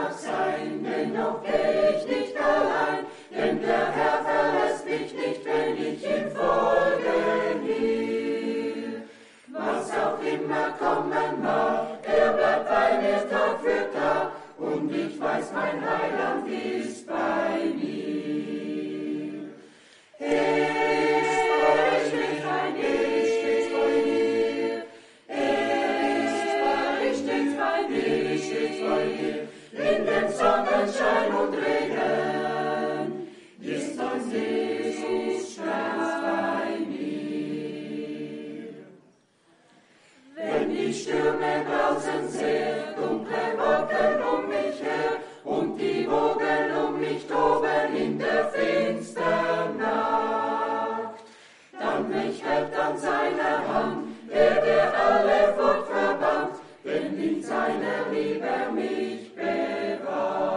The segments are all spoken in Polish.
mag sein, dennoch geh ich nicht allein, denn der Herr verlässt mich nicht, wenn ich ihm folgen will. Was auch immer kommen mag, er bleibt bei mir Tag für Tag, und ich weiß, mein Heiland ist bei mir. Er ist bei mir, stets bei mir. Er ist bei mir, stets bei mir. In dem Sonnenschein und Regen ist mein Jesus stets bei mir. Wenn die Stürme draußen sehr dunkle Wolken um mich her und die Wogen um mich toben in der finstern Nacht, dann mich hält an seiner Hand, der alle Furcht verbannt, denn in seiner Liebe mich bewahrt.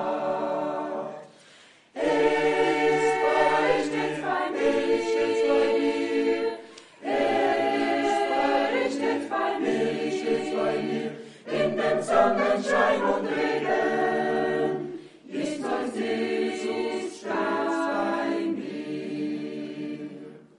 Er ist stets bei mir, stets bei mir. Er ist stets bei mir, stets bei mir. In dem Sonnenschein und Regen ist mein Jesus stets bei mir.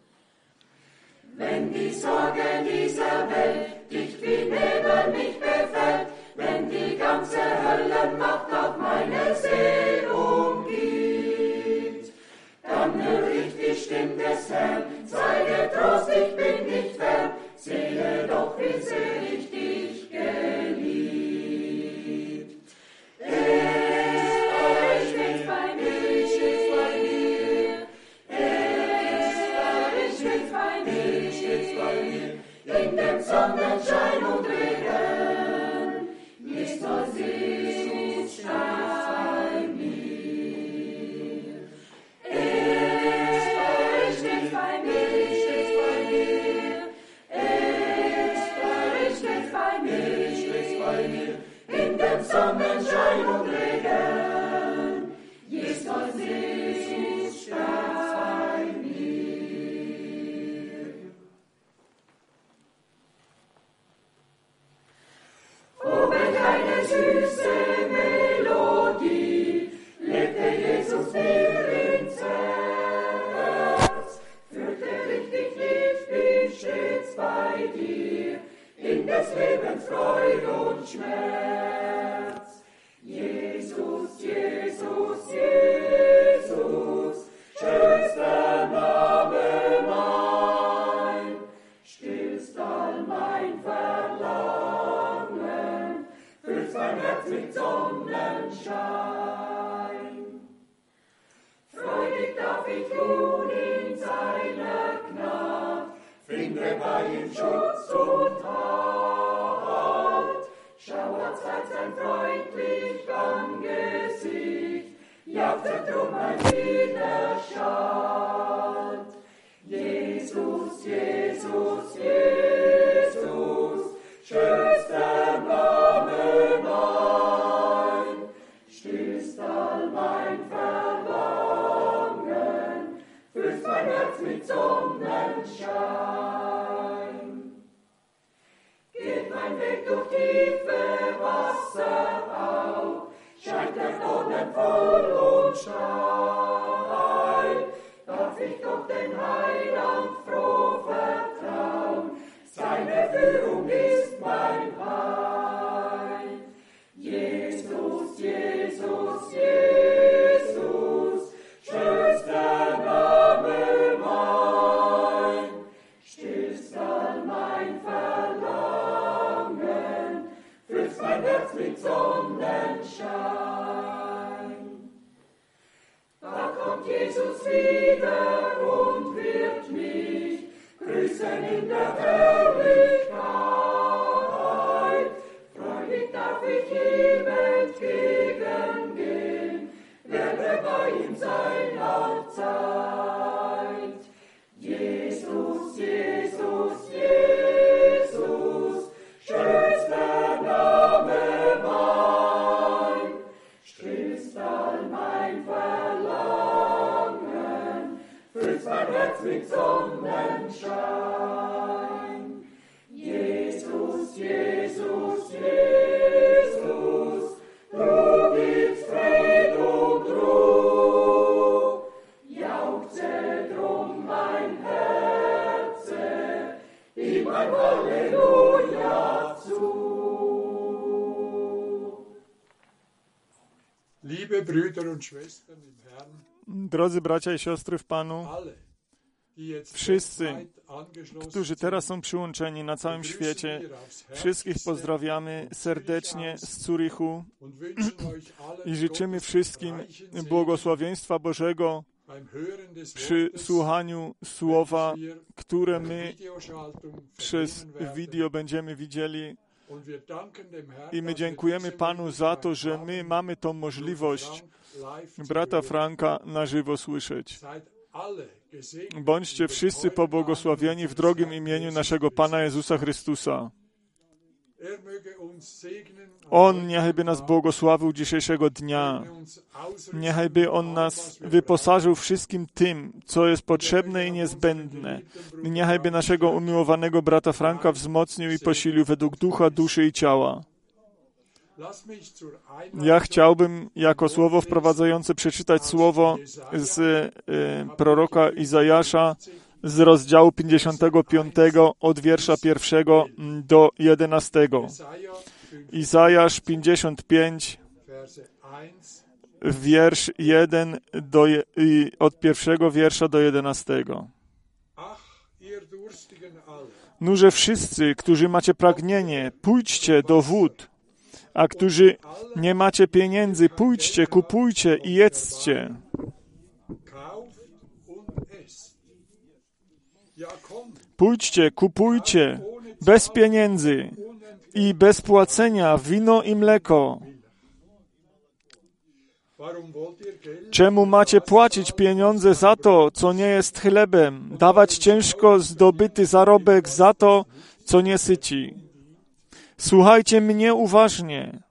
Wenn die Sorge dieser Welt dicht wie Nebel mich befällt, wenn die ganze Höllenmacht auf meine Seele umgibt, dann höre ich die Stimme des Herrn, sei getrost, ich bin nicht fern, sehe doch, wie sehr ich dich geliebt. Er ist stets bei mir, stets bei mir. Er ist stets bei mir, stets bei mir. In dem Sonnenschein und Regen ist mein Jesus stets bei mir. Er ist stets bei mir, stets bei mir. Er ist stets bei mir, stets bei mir. In dem Sonnenschein und Regen ist mein Jesus stets bei mir. Oh, welch eine süße Melodie legte Jesus mir ins Herz. Fürchterlich dich lieb, bin stets bei dir, in des Lebens Freude und Schmerz. Jesus, Jesus, Jesus, schönster Name mein, stillst all mein Verlangen, füllst mein Herz mit Sonnenschein. Freudig darf ich nun in seiner Gnade, finde bei ihm Schutz und Halt. Schauerzeit sein freundlich Angesicht, jauchzet drum mein Widerscheid. Jesus, Jesus, Jesus, schönster Name mein, stillst all mein Verlangen, füllst mein Herz mit Sonnenschein. Geht mein Weg durch tiefe Wasser auf, scheint der Dornen voll und steil, darf ich doch den Heiland froh vertrauen, seine Führung ist mein Heil. Jesus, Jesus, Jesus, schönster Name mein, stillst all mein Verlangen, füllst mein Herz mit Sonnenschein. Da kommt Jesus wieder und wird mich grüßen in der Herrlichkeit. Freudig darf ich ihm entgegengehen, werde bei ihm sein auf Zeit. Jesus, Jesus, Jesus, schönster Name mein, stillst all mein Verlangen, füllst mein Herz mit Sonnenschein. Jesus, Jesus, Jesus, du gibst Liebe Brüder und Schwestern im Herrn, Drodzy bracia i siostry w Panu, alle, die jetzt wszyscy, weltweit angeschlossen którzy teraz są przyłączeni na całym świecie, wszystkich pozdrawiamy serdecznie z Zurichu und wünschen euch allen i życzymy Gottes wszystkim reichen Segen błogosławieństwa Bożego beim Hören des przy Wortes, słuchaniu słowa, wir które per my Videoschaltung przez vernehmen werden. wideo będziemy widzieli. Und wir danken dem Herrn, I my dass wir dziękujemy diese Panu za to, Möglichkeit że haben, my mamy tą możliwość Frank live zu brata hören. Franka na żywo słyszeć. Seid alle gesegnet Bądźcie in wszyscy dem pobłogosławieni w drogim imieniu naszego Pana Jezusa Chrystusa. Er möge uns segnen, On niechaj nas błogosławił dzisiejszego dnia. uns ausrüsten, Niechaj by On nas wyposażył wszystkim tym, co jest potrzebne i niezbędne. I niechaj by naszego umiłowanego brata Franka wzmocnił i posilił według ducha, duszy i ciała. Lass mich zur Einleitung Ja chciałbym jako słowo wprowadzające przeczytać słowo z proroka Izajasza z rozdziału 55 od wiersza 1 do 11. Izajasz 55, Verse 1 wiersz 1 od pierwszego wiersza do 11. Ach, ihr Durstigen alle, Nuże wszyscy, którzy macie pragnienie, pójdźcie do wód, a którzy nie macie pieniędzy, pójdźcie, kupujcie i jedzcie. kauft und esst. Ja, kommt, Pójdźcie, kupujcie, bez pieniędzy i bez płacenia wino i mleko. warum wollt ihr Geld? Czemu macie płacić pieniądze za to, co nie jest chlebem, dawać ciężko zdobyty zarobek za to, co nie syci? Słuchajcie mnie uważnie,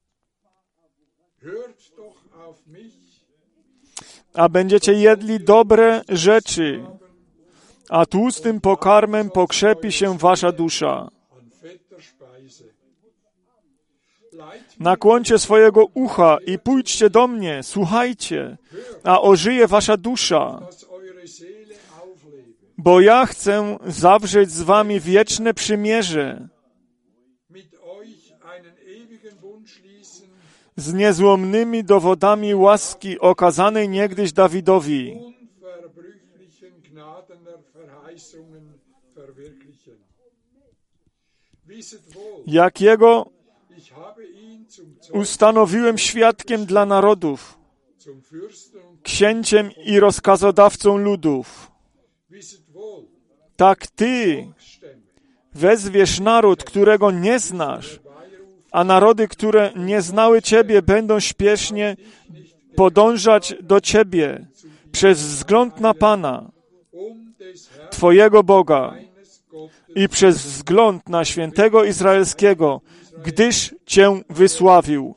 Hört doch auf mich, a będziecie jedli dobre rzeczy, a tłustym pokarmem pokrzepi się wasza dusza. an fetter Speise. Leiht Nakłoncie swojego ucha i pójdźcie do mnie, słuchajcie, a ożyje wasza dusza, dass eure Seele auflebe. bo ja chcę zawrzeć z wami wieczne przymierze, Mit euch einen ewigen Bund schließen, z niezłomnymi dowodami łaski okazanej niegdyś Dawidowi, unverbrüchlichen Gnadener Verheißungen verwirklichen. Wisset wohl, jakiego ich habe ihn zum Zeugen, ustanowiłem świadkiem dla narodów, zum Fürsten und księciem i rozkazodawcą ludów. wisset wohl, Tak ty Stämme wezwiesz naród, którego nie znasz, beiruf, a narody, które nie znały Ciebie, będą śpiesznie podążać do Ciebie przez wzgląd na Pana, des Herrn Twojego Boga, deines Gottes, i przez wzgląd na świętego Izraelskiego, gdyż Cię wysławił.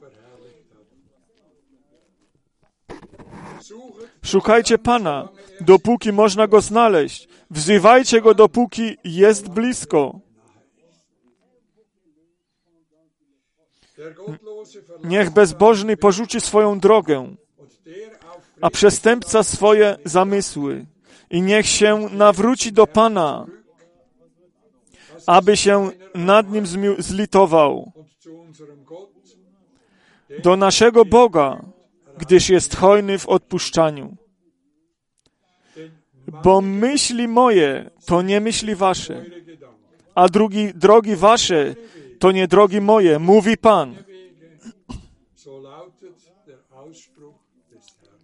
suchet Szukajcie Pana, dopóki można Go znaleźć. Wzywajcie Go, dopóki jest blisko. der Gottlose verlangt Niech bezbożny porzuci swoją drogę, und der auf a przestępca swoje zamysły. I niech się nawróci do Pana, aby się nad nim zlitował, und zu unserem Gott, do naszego Boga, gdyż jest hojny w odpuszczaniu. denn Bo myśli moje to nie myśli wasze, eure Gedanken, a drogi wasze to nie drogi moje, mówi Pan. Wege, so lautet der Ausspruch des Herrn.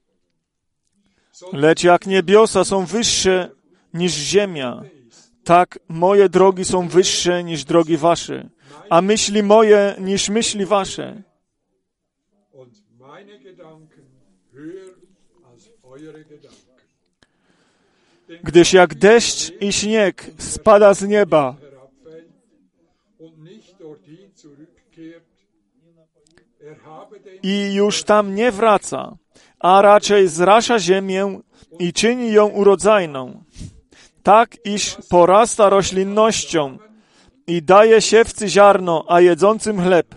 Lecz jak niebiosa są wyższe niż ziemia, tak moje drogi są wyższe niż drogi wasze, a myśli moje niż myśli wasze. Und meine Gedanken höher als eure Gedanken. Gdyż jak deszcz i śnieg spada z nieba Herabfällt und nicht dorthin zurückkehrt, habe den i już tam nie wraca, a raczej zrasza ziemię i czyni ją urodzajną, tak iż porasta roślinnością i daje siewcy ziarno, a jedzącym chleb.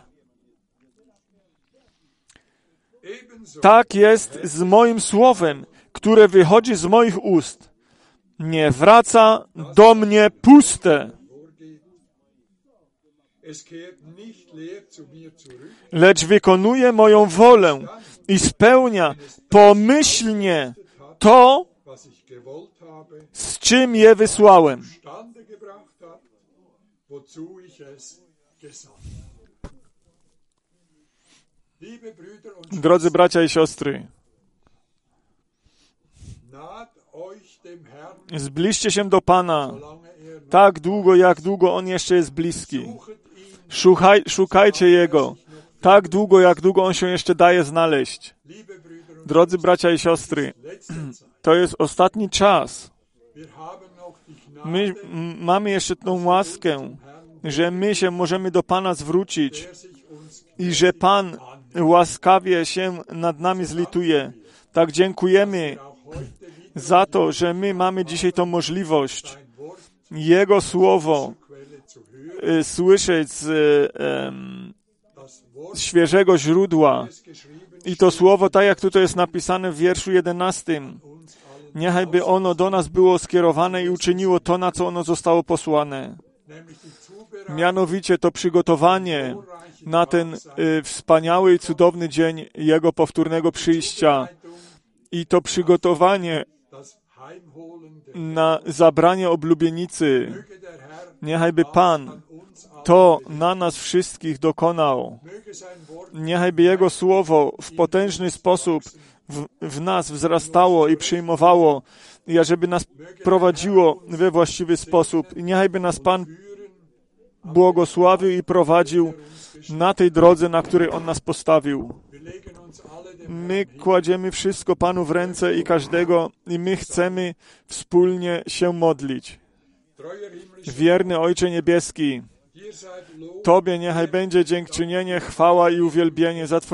ebenso Tak jest z moim słowem, które wychodzi z moich ust. Nie wraca do mnie puste, vorgeht, es kehrt nicht leer zu mir zurück, lecz wykonuje moją wolę i spełnia pomyślnie to, was ich gewollt habe, z czym je wysłałem. zustande gebracht hat, wozu ich es gesandt. Liebe Brüder und Drodzy bracia i siostry, naht euch dem Herrn, zbliżcie się do Pana solange er noch tak długo, jak długo On jeszcze jest bliski. suchet ihn. Szukajcie Jego tak długo, jak długo On się jeszcze daje znaleźć. Liebe Brüder und Drodzy bracia i siostry, letzte Zeit, to jest ostatni czas. wir haben noch die My Gnade, mamy jeszcze tą łaskę, że my się możemy do Pana zwrócić der sich uns i że Pan łaskawie się nad nami zlituje. Tak dziękujemy auch heute wieder za to, że my mamy dzisiaj tą możliwość ein Wort Jego Słowo Quelle zu hören, słyszeć z das Wort świeżego źródła. ist geschrieben, I to Słowo, tak jak tutaj jest napisane w wierszu 11, uns allen, niechaj by ono do nas było skierowane i uczyniło to, na co ono zostało posłane. nämlich die Zubereitung Mianowicie to przygotowanie na ten wspaniały i cudowny dzień Jego powtórnego przyjścia i to przygotowanie das Heimholen der na zabranie oblubienicy. möge der Herr Niechaj Pan an uns allen, to na nas wszystkich dokonał. möge sein Wort Niechaj Jego Słowo w potężny sposób w nas wzrastało i przyjmowało, i ażeby nas prowadziło we właściwy sposób. I niechaj nas Pan błogosławił i prowadził na tej drodze, na której On nas postawił. wir legen uns alle dem My kładziemy wszystko Panu w ręce i każdego, i my chcemy wspólnie się modlić. treuer himmlischer Wierny Ojcze Niebieski, dir seid Lob Tobie niechaj będzie dziękczynienie, chwała i uwielbienie za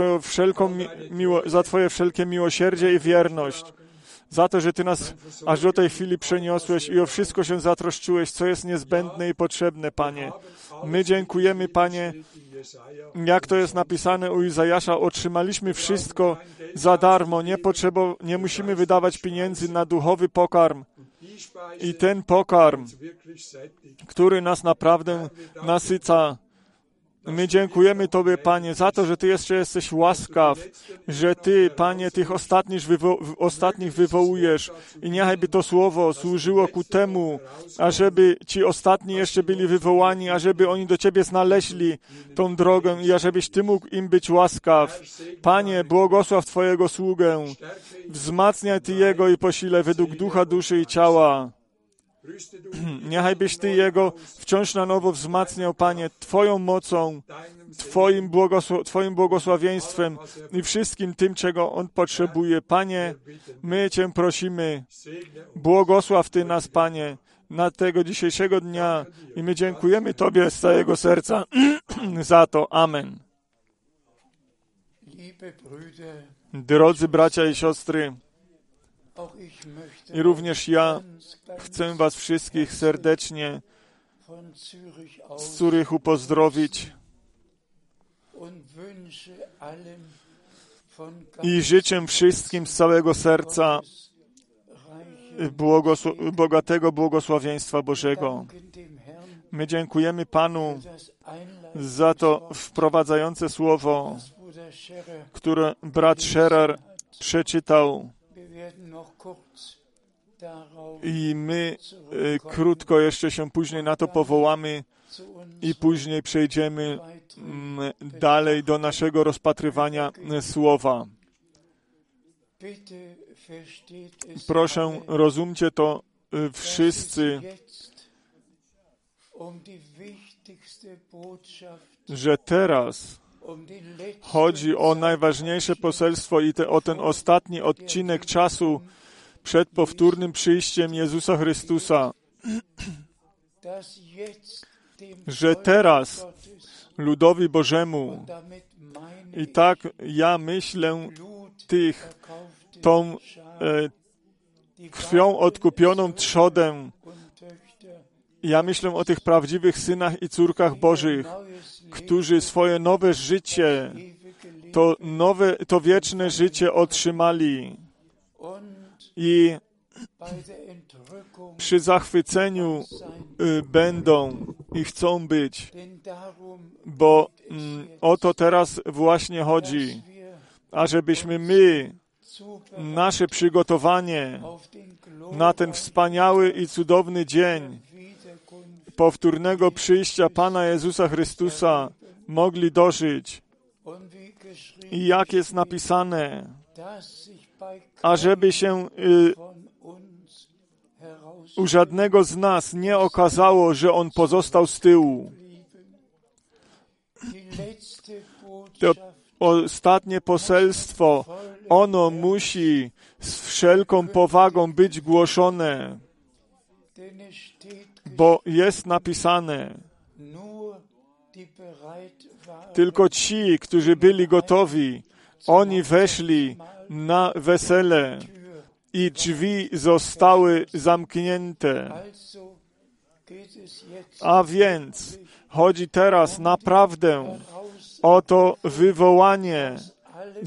za Twoje wszelkie miłosierdzie i wierność. Za to, że Ty nas aż do tej chwili przeniosłeś i o wszystko się zatroszczyłeś, co jest niezbędne i potrzebne, Panie. My dziękujemy, Panie, in Jesaja, jak to jest napisane u Izajasza, otrzymaliśmy wszystko za darmo, nie musimy wydawać pieniędzy na duchowy pokarm. die Speise I ten pokarm, uns wirklich sättigt. który nas naprawdę nasyca. My dziękujemy Tobie, Panie, za to, że Ty jeszcze jesteś łaskaw, że Ty, Panie, tych ostatnich wywołujesz i niechaj by to słowo służyło ku temu, ażeby ci ostatni jeszcze byli wywołani, ażeby oni do Ciebie znaleźli tą drogę i ażebyś Ty mógł im być łaskaw. Panie, błogosław Twojego sługę, wzmacniaj Ty Jego i posile według ducha, duszy i ciała. Rüste du Niechaj byś Ty Jego wciąż na nowo wzmacniał, Panie, Twoją mocą, Twoim błogosławieństwem i wszystkim tym, czego On potrzebuje. Panie, my Cię prosimy, błogosław Ty nas, Panie, na tego dzisiejszego dnia i my dziękujemy Tobie z całego serca za to. Amen. Liebe Brüder, Drodzy bracia i siostry, auch ich möchte i również ja ganz chcę Was wszystkich serdecznie von Zürich z aus Zurychu pozdrowić und wünsche allen von i życzę wszystkim z całego serca reichen bogatego błogosławieństwa Bożego. Danken dem Herrn My dziękujemy Panu das Einleitungswort, za to wprowadzające słowo, das Bruder Scherer. które brat Scherer przeczytał. Wir werden noch kurz darauf I my krótko jeszcze się później na to powołamy zu i uns później przejdziemy dalej do naszego rozpatrywania słowa. bitte versteht es Proszę, alle, rozumcie to dass es wszyscy, jetzt um die wichtigste Botschaft, że teraz um den letzten chodzi o najważniejsze poselstwo i o ten ostatni odcinek czasu przed powtórnym przyjściem Jezusa Chrystusa, dass jetzt dem że Volk teraz Gottes, ludowi Bożemu, damit meine i tak ja myślę Blut tych, erkaufte tą Schar, die krwią wahren odkupioną trzodę, und Töchter, ja myślę o tych prawdziwych synach i córkach Bożych, neues którzy swoje nowe życie, ewige Leben to wieczne życie otrzymali und i bei der Entrückung przy zachwyceniu będą i chcą być, denn darum bo o to teraz właśnie chodzi, wir ażebyśmy my zubereiten nasze przygotowanie auf den na ten wspaniały i cudowny dzień Wiederkunft powtórnego przyjścia Pana Jezusa Chrystusa mogli dożyć. und wie geschrieben, I jak jest napisane, dass sich bei ażeby się von uns heraus u żadnego z nas nie okazało, że on pozostał z tyłu. die letzte To Botschaft ostatnie poselstwo, ono musi z wszelką powagą być głoszone, denn es steht bo jest napisane, nur die bereit waren tylko ci, którzy byli gotowi, oni weszli na wesele Tür. i drzwi zostały zamknięte. Also geht es jetzt A więc chodzi teraz naprawdę heraus o to wywołanie alle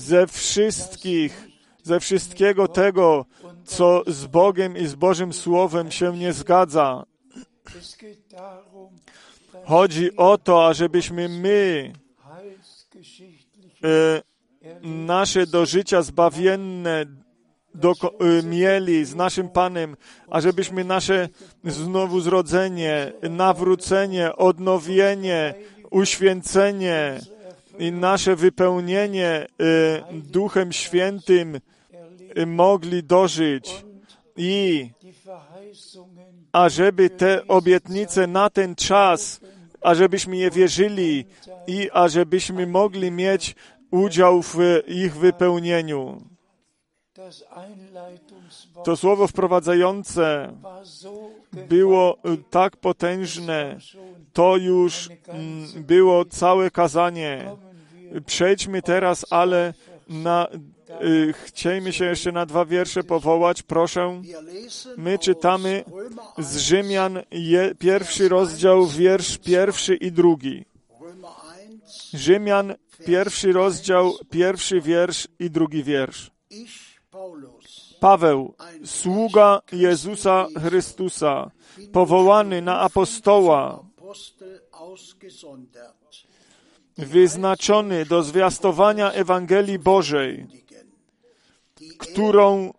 ze wszystkiego tego, co z Bogiem i z Bożym Słowem się nie zgadza. es geht darum dass Chodzi o to, ażebyśmy my heilsgeschichtliche nasze dożycia zbawienne mieli z naszym Panem, ażebyśmy nasze zrównoważenie, nawrócenie, odnowienie, uświęcenie i nasze wypełnienie Duchem Świętym mogli dożyć i die Verheißungen ażeby te obietnice na ten czas, ażebyśmy je wierzyli i ażebyśmy mogli mieć udział w ich wypełnieniu. das Einleitungswort To słowo wprowadzające war so było tak potężne, to już było całe kazanie. Przejdźmy teraz, ale chciejmy się jeszcze na 2 wiersze powołać, proszę. My czytamy z Rzymian 1 rozdział, wiersz 1 i 2. Rzymian 1 rozdział, 1 wiersz i 2 wiersz. Paweł, sługa Jezusa Chrystusa, powołany na apostoła, wyznaczony do zwiastowania Ewangelii Bożej, którą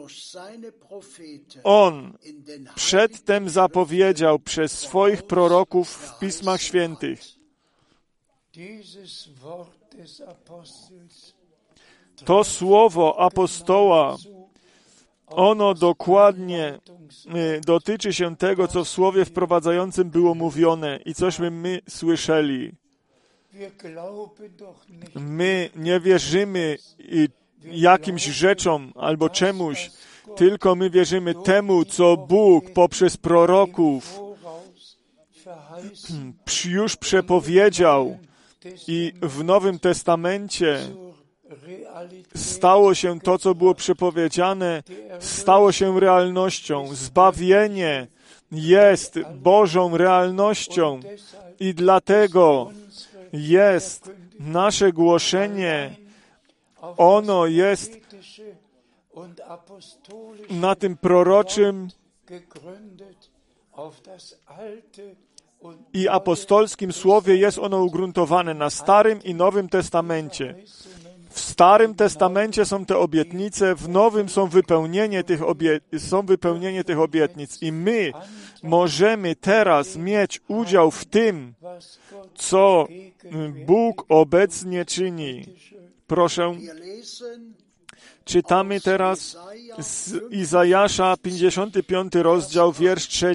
On przedtem zapowiedział przez swoich proroków w Pismach Świętych. dieses Wort des Apostels To słowo apostoła, ono dokładnie dotyczy się tego, co w słowie wprowadzającym było mówione i cośmy my słyszeli. wir glauben doch nicht My nie wierzymy jakimś rzeczom albo czemuś, tylko my wierzymy temu, co Bóg poprzez proroków voraus verheißen już przepowiedział i w Nowym Testamencie zur Realität stało się to, co było przepowiedziane, stało się realnością. Zbawienie jest Bożą realnością i dlatego jest nasze głoszenie, ono jest prophetische und apostolische na tym proroczym gegründet auf das alte und i apostolskim słowie, jest ono ugruntowane na Starym i Nowym Testamencie. W Starym Testamencie są te obietnice, w Nowym są wypełnienie tych obietnic. I my możemy teraz mieć udział w tym, was Gott co Bóg obecnie czyni. Proszę, czytamy teraz z Izajasza 55 rozdział, wiersz 3.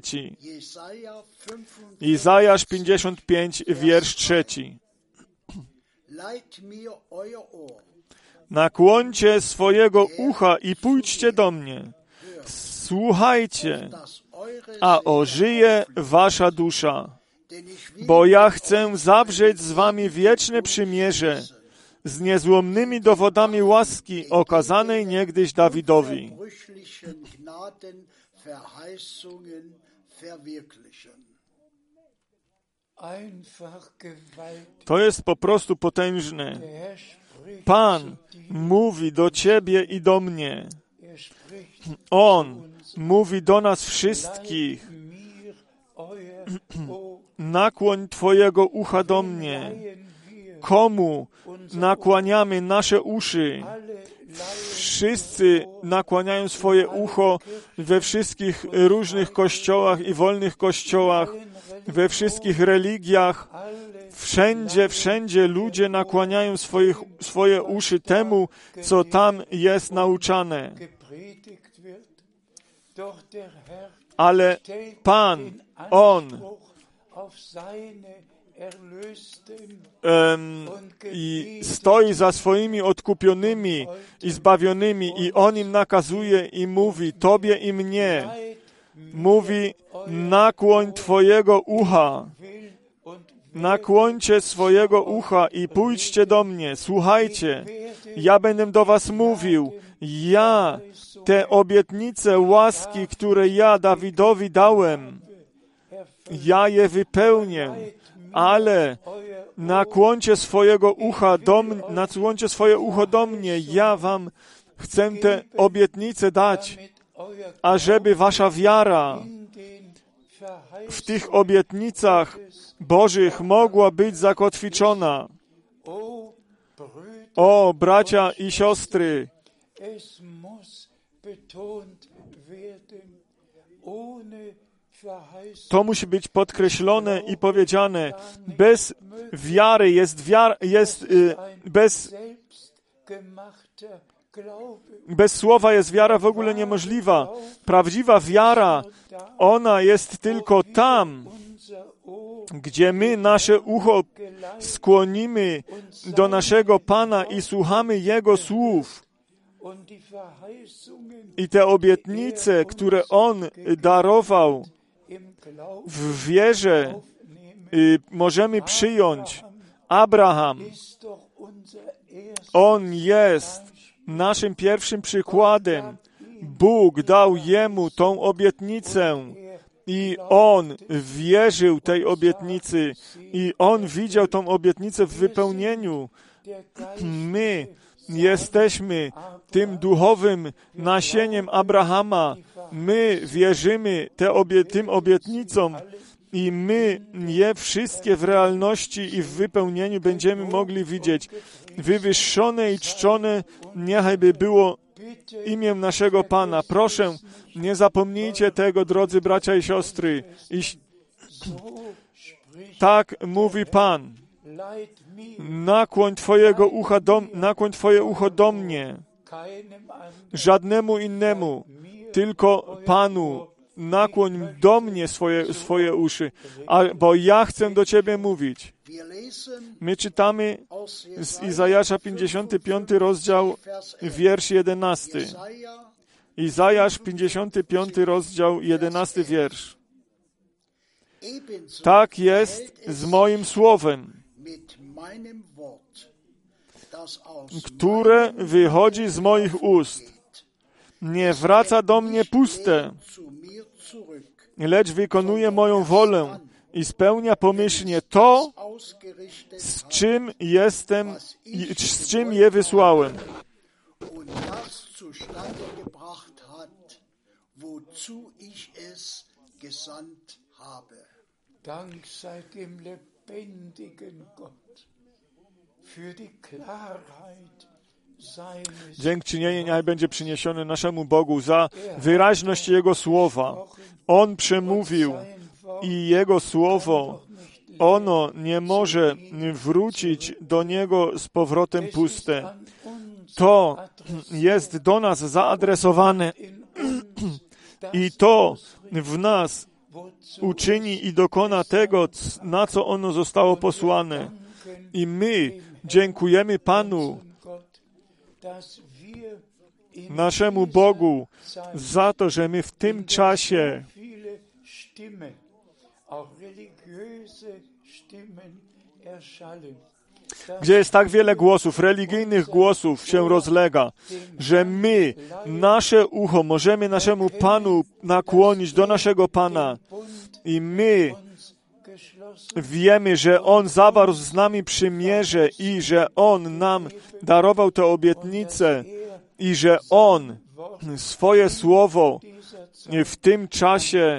Izajasz 55, wiersz 3. Nakłońcie swojego ucha i pójdźcie do mnie. Słuchajcie, a ożyje wasza dusza. Bo ja chcę zawrzeć z wami wieczne przymierze z niezłomnymi dowodami łaski okazanej niegdyś Dawidowi. einfach gewaltig. To jest po prostu potężne. Der Herr spricht Pan zu dir, mówi do ciebie i do mnie. er spricht On uns mówi do nas wszystkich: mir euer Ohr, nakłoń Twojego ucha do mnie. leihen wir Komu nakłaniamy nasze uszy? alle Wszyscy nakłaniają swoje ucho we wszystkich różnych kościołach i wolnych kościołach, we wszystkich religiach. Wszędzie ludzie nakłaniają swoje uszy temu, co tam jest nauczane. gepredigt wird. Doch der Herr Ale stellt Pan, den On Anspruch auf seine erlösten i stoi za swoimi odkupionymi i zbawionymi i On im nakazuje i mówi, Tobie i mnie, mówi, nakłoń Twojego ucha, will und nakłońcie swojego ucha i pójdźcie do mnie, słuchajcie, ja będę do was mówił, ja te obietnice łaski, które ja Dawidowi dałem, ja je wypełnię, ale nakłońcie swoje ucho do mnie, ja wam chcę te obietnice dać, ażeby wasza wiara w tych obietnicach Bożych mogła być zakotwiczona. O, bracia i siostry, es muss betont werden, ohne Verheißung to musi być podkreślone i powiedziane. Bez wiary selbstgemachter Glaube. bez słowa jest wiara w ogóle niemożliwa. Prawdziwa wiara, ona jest tylko tam, Unser Ohr gdzie my nasze ucho skłonimy do naszego Pana i słuchamy Jego słów. und die Verheißungen I te obietnice, które On darował im Glauben w wierze, aufnehmen, możemy przyjąć. Abraham, ist doch unser erster on jest naszym pierwszym przykładem. Bóg dał jemu tą obietnicę i on wierzył tej obietnicy i on widział tą obietnicę w wypełnieniu. der Geist My jesteśmy tym duchowym nasieniem Abrahama. My wierzymy tym obietnicom i my je wszystkie w realności i w wypełnieniu będziemy mogli widzieć. Wywyższone i czczone niechaj by było imię naszego Pana. Proszę, nie zapomnijcie tego, drodzy bracia i siostry. Tak mówi Pan. Leid mir Nakłoń Twoje ucho do mnie, keinem anderen, żadnemu innemu, tylko Panu. Nakłoń do mnie swoje uszy, bo ja chcę do Ciebie mówić. My czytamy z Izajasza 55 rozdział, wiersz 11. Izajasz 55 rozdział, 11 wiersz. Tak jest z moim słowem, które wychodzi z moich ust. Nie wraca do mnie puste, lecz wykonuje moją wolę i spełnia pomyślnie to, z czym je wysłałem. Dank sei dem lebendigen Gott für die Klarheit seines Dziękczynienie niechaj będzie przyniesione naszemu Bogu za wyraźność Jego słowa. On przemówił i Jego słowo, ono nie może wrócić do Niego z powrotem puste. To jest do nas zaadresowane i to w nas uczyni i dokona tego, na co ono zostało posłane. I my dziękujemy Panu, naszemu Bogu, za to, że my w tym czasie viele Stimmen, auch religiöse Stimmen erschallen. gdzie jest tak wiele głosów, religijnych głosów się rozlega, że my, nasze ucho, możemy naszemu Panu nakłonić do naszego Pana i my wiemy, że On zawarł z nami przymierze i że On nam darował te obietnice i że On swoje słowo w tym czasie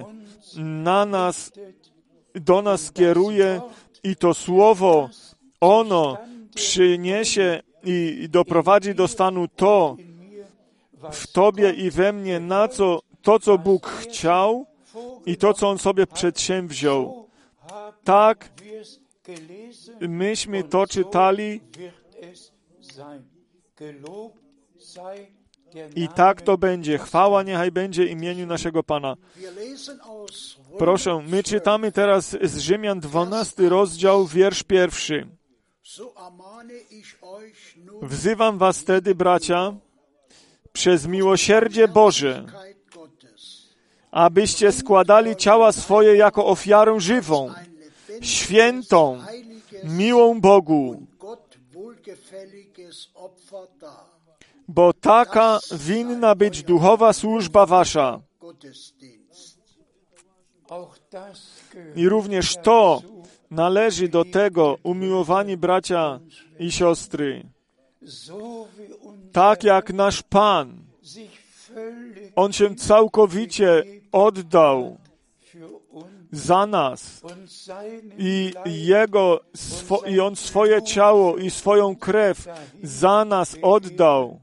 do nas kieruje i to słowo ono przyniesie i doprowadzi do stanu to w Tobie i we mnie, co Bóg chciał i to, co On sobie przedsięwziął. Tak, myśmy to czytali i tak to będzie. Chwała niechaj będzie imieniu naszego Pana. Proszę, my czytamy teraz z Rzymian 12 rozdział, wiersz 1. Wzywam was tedy, bracia, przez miłosierdzie Boże, abyście składali ciała swoje jako ofiarę żywą, świętą, miłą Bogu, bo taka winna być duchowa służba wasza. I również to należy do tego, umiłowani bracia i siostry, tak jak nasz Pan, On się całkowicie oddał za nas i On swoje ciało i swoją krew za nas oddał.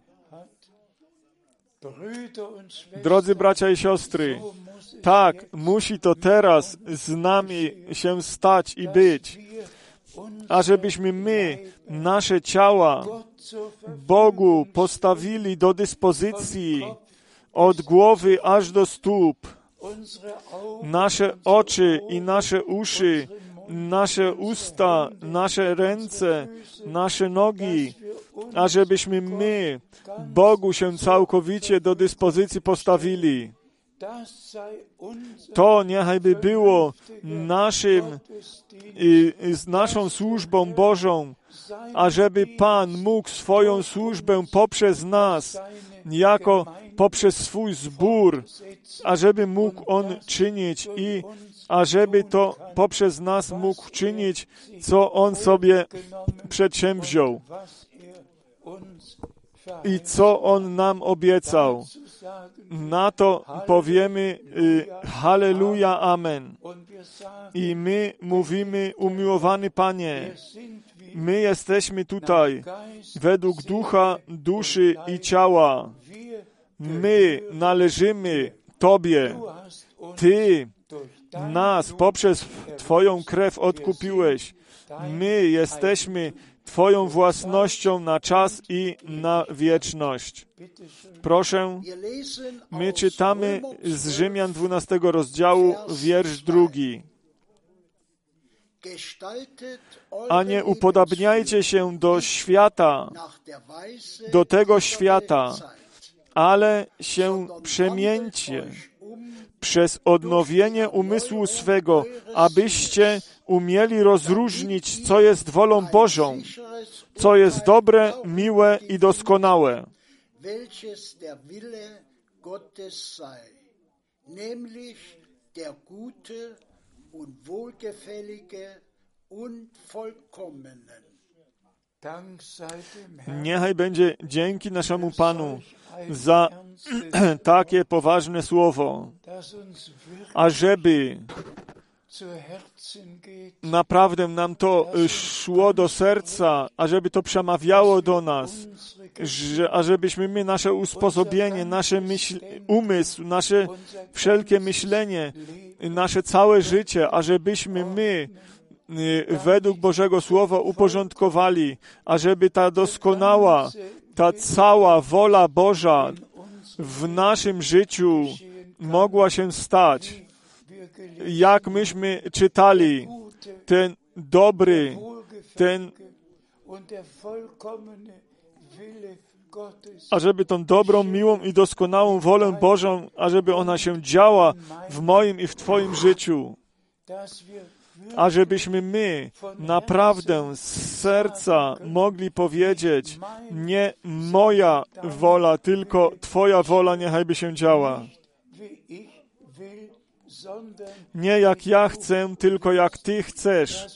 Drodzy bracia i siostry, tak, musi to teraz z nami się stać i być, ażebyśmy my nasze ciała Bogu postawili do dyspozycji od głowy aż do stóp, nasze oczy i nasze uszy, nasze usta, nasze ręce, nasze nogi, ażebyśmy my Bogu się całkowicie do dyspozycji postawili. To niechaj by było naszą służbą Bożą, ażeby Pan mógł swoją służbę poprzez nas, poprzez swój zbór, ażeby mógł On czynić i ażeby to poprzez nas mógł czynić, co On sobie przedsięwziął i co On nam obiecał. Na to powiemy halleluja, amen. I my mówimy, umiłowany Panie, my jesteśmy tutaj według ducha, duszy i ciała. My należymy Tobie. Ty nas poprzez Twoją krew odkupiłeś. My jesteśmy Twoją własnością na czas i na wieczność. Proszę, my czytamy z Rzymian 12 rozdziału, wiersz 2. A nie upodabniajcie się do świata, do tego świata, ale się przemieńcie przez odnowienie umysłu swego, abyście umieli rozróżnić, co jest wolą Bożą, co jest dobre, miłe i doskonałe. Welches der Wille Gottes sei, nämlich der gute und wohlgefällige und vollkommenen. Niechaj będzie dzięki naszemu Panu za takie poważne słowo, ażeby naprawdę nam to szło do serca, ażeby to przemawiało do nas, ażebyśmy my nasze usposobienie, nasze umysł, nasze wszelkie myślenie, nasze całe życie, ażebyśmy my według Bożego Słowa uporządkowali, ażeby ta doskonała, ta cała wola Boża w naszym życiu mogła się stać. Jak myśmy czytali, ten dobry, ażeby tą dobrą, miłą i doskonałą wolę Bożą, ażeby ona się działa w moim i w Twoim życiu. Ażebyśmy my naprawdę z serca mogli powiedzieć, nie moja wola, tylko Twoja wola niechaj by się działa. Nie jak ja chcę, tylko jak Ty chcesz.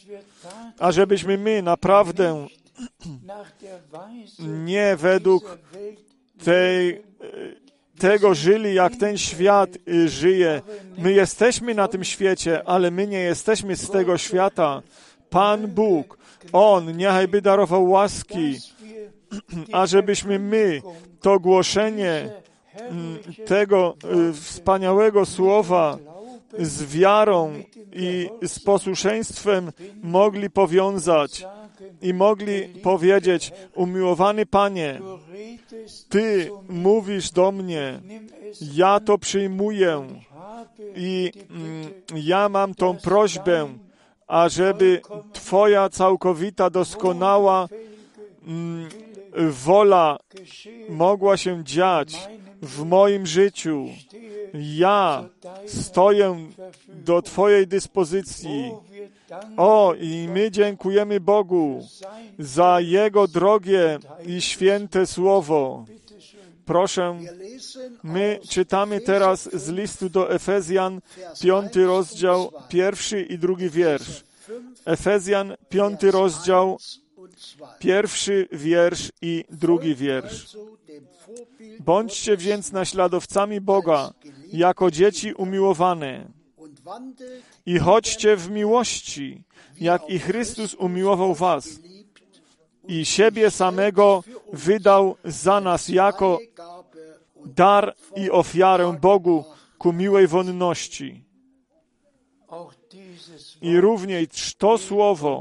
Ażebyśmy my naprawdę nie według tego żyli, jak ten świat żyje. My jesteśmy na tym świecie, ale my nie jesteśmy z tego świata. Pan Bóg, On niechaj by darował łaski, ażebyśmy my to głoszenie tego wspaniałego słowa z wiarą i z posłuszeństwem mogli powiązać i mogli powiedzieć: umiłowany Panie, Ty mówisz do mnie, ja to przyjmuję i ja mam tą prośbę, ażeby Twoja całkowita, doskonała wola mogła się dziać w moim życiu. Ja stoję do Twojej dyspozycji. O, i my dziękujemy Bogu za Jego drogie i święte słowo. Proszę, my czytamy teraz z listu do Efezjan, 5 rozdział, 1 i 2 wiersz. Efezjan, 5 rozdział, 1 wiersz i 2 wiersz. Bądźcie więc naśladowcami Boga, jako dzieci umiłowane. I chodźcie w miłości, jak i Chrystus umiłował was i siebie samego wydał za nas jako dar i ofiarę Bogu ku miłej wonności. I również to słowo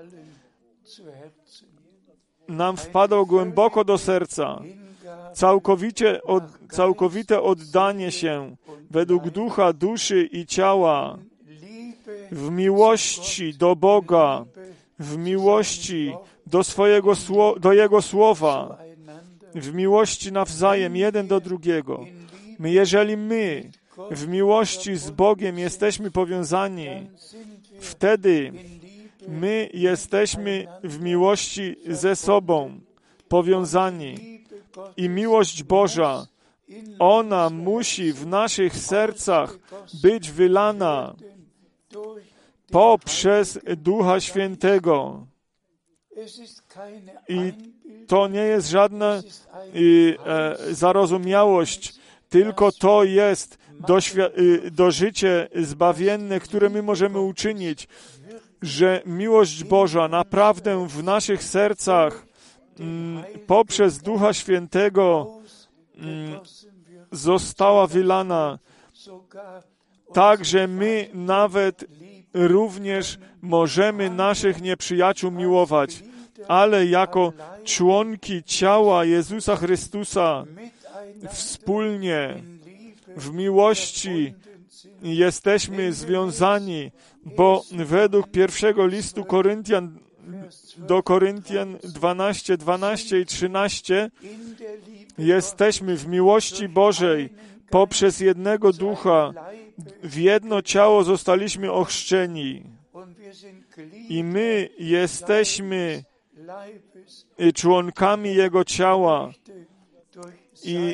nam wpadło głęboko do serca. Całkowite oddanie się według ducha, duszy i ciała w miłości do Boga, w miłości do Jego słowa, w miłości nawzajem jeden do drugiego. Jeżeli my w miłości z Bogiem jesteśmy powiązani, wtedy my jesteśmy w miłości ze sobą powiązani. I miłość Boża, ona musi w naszych sercach być wylana poprzez Ducha Świętego. I to nie jest żadna zarozumiałość, tylko to jest dożycie zbawienne, które my możemy uczynić, że miłość Boża naprawdę w naszych sercach poprzez Ducha Świętego została wylana, tak, że my nawet również możemy naszych nieprzyjaciół miłować, ale jako członki ciała Jezusa Chrystusa wspólnie w miłości jesteśmy związani, bo według pierwszego listu do Koryntian 12, 12 i 13 jesteśmy w miłości Bożej poprzez jednego Ducha. W jedno ciało zostaliśmy ochrzczeni i my jesteśmy członkami Jego ciała i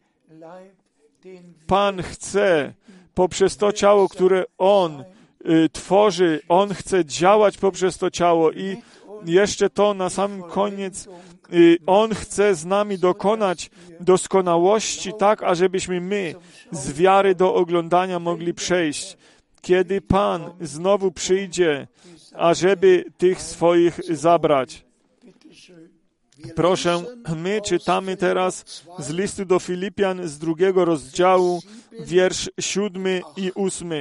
Pan chce poprzez to ciało, które On tworzy, On chce działać poprzez to ciało i jeszcze to na sam koniec On chce z nami dokonać doskonałości tak, ażebyśmy my z wiary do oglądania mogli przejść, kiedy Pan znowu przyjdzie, ażeby tych swoich zabrać. Proszę, my czytamy teraz z listu do Filipian z 2 rozdziału, wiersz 7 i 8.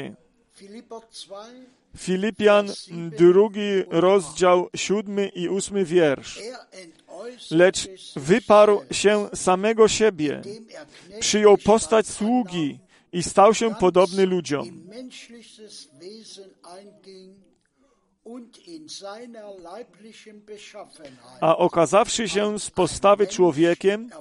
Filipian, 2 rozdział, 7 i 8 wiersz. Lecz wyparł się samego siebie, przyjął postać sługi i stał się podobny ludziom. A okazawszy się z postawy człowiekiem,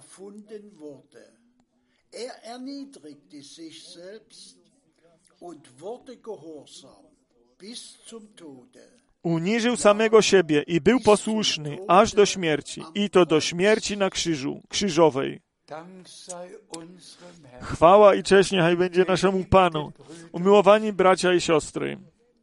uniżył samego siebie i był posłuszny aż do śmierci, i to do śmierci na krzyżu, krzyżowej. Chwała i cześć niechaj będzie naszemu Panu. Umiłowani bracia i siostry,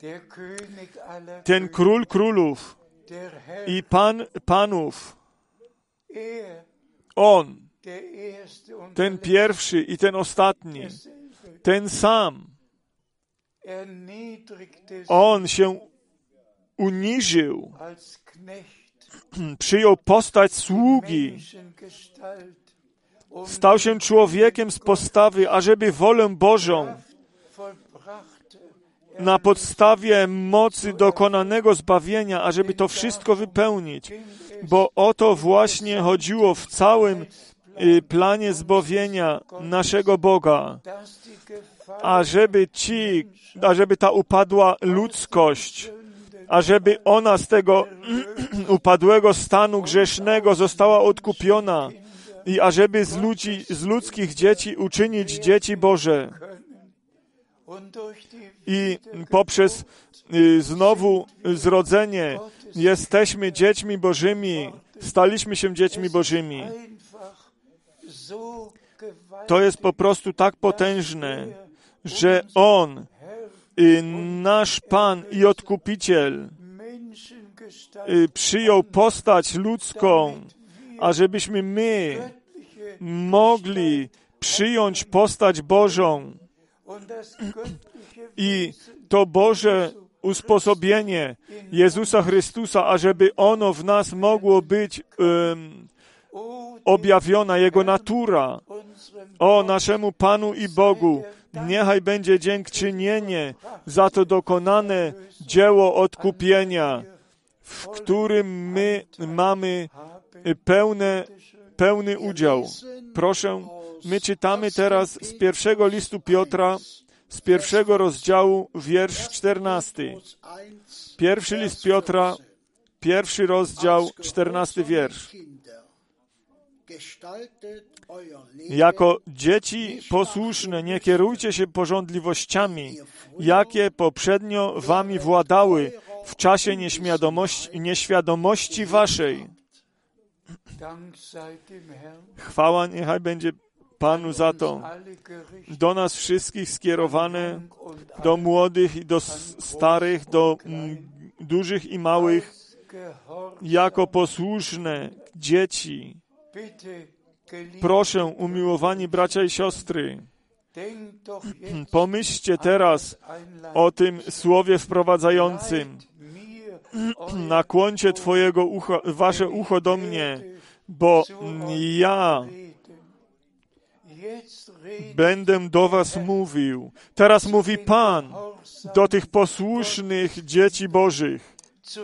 ten Król królów i Pan panów, On ten pierwszy i ten ostatni, ten sam. On się uniżył, przyjął postać sługi, stał się człowiekiem z postawy, ażeby wolę Bożą na podstawie mocy dokonanego zbawienia, ażeby to wszystko wypełnić. Bo o to właśnie chodziło w całym planie zbawienia naszego Boga. Ażeby ta upadła ludzkość, ażeby ona z tego upadłego stanu grzesznego została odkupiona i ażeby z ludzkich dzieci uczynić dzieci Boże. I poprzez znowu zrodzenie jesteśmy dziećmi Bożymi, staliśmy się dziećmi Bożymi. To jest po prostu tak potężne, że On, nasz Pan i Odkupiciel, przyjął postać ludzką, ażebyśmy my mogli przyjąć postać Bożą. I to Boże usposobienie Jezusa Chrystusa, ażeby ono w nas mogło być objawiona, Jego natura. O naszemu Panu i Bogu, niechaj będzie dziękczynienie za to dokonane dzieło odkupienia, w którym my mamy pełny udział. Proszę, my czytamy teraz z pierwszego listu Piotra, z pierwszego rozdziału, wiersz 14. Pierwszy list Piotra, pierwszy rozdział, 14 wiersz. Jako dzieci posłuszne nie kierujcie się pożądliwościami, jakie poprzednio wami władały w czasie nieświadomości waszej. Chwała niechaj będzie Panu za to. Do nas wszystkich skierowane, do młodych i do starych, do dużych i małych, jako posłuszne dzieci. Proszę, umiłowani bracia i siostry, pomyślcie teraz o tym słowie wprowadzającym. Nakłońcie wasze ucho do mnie, bo ja będę do was mówił. Teraz mówi Pan do tych posłusznych dzieci Bożych,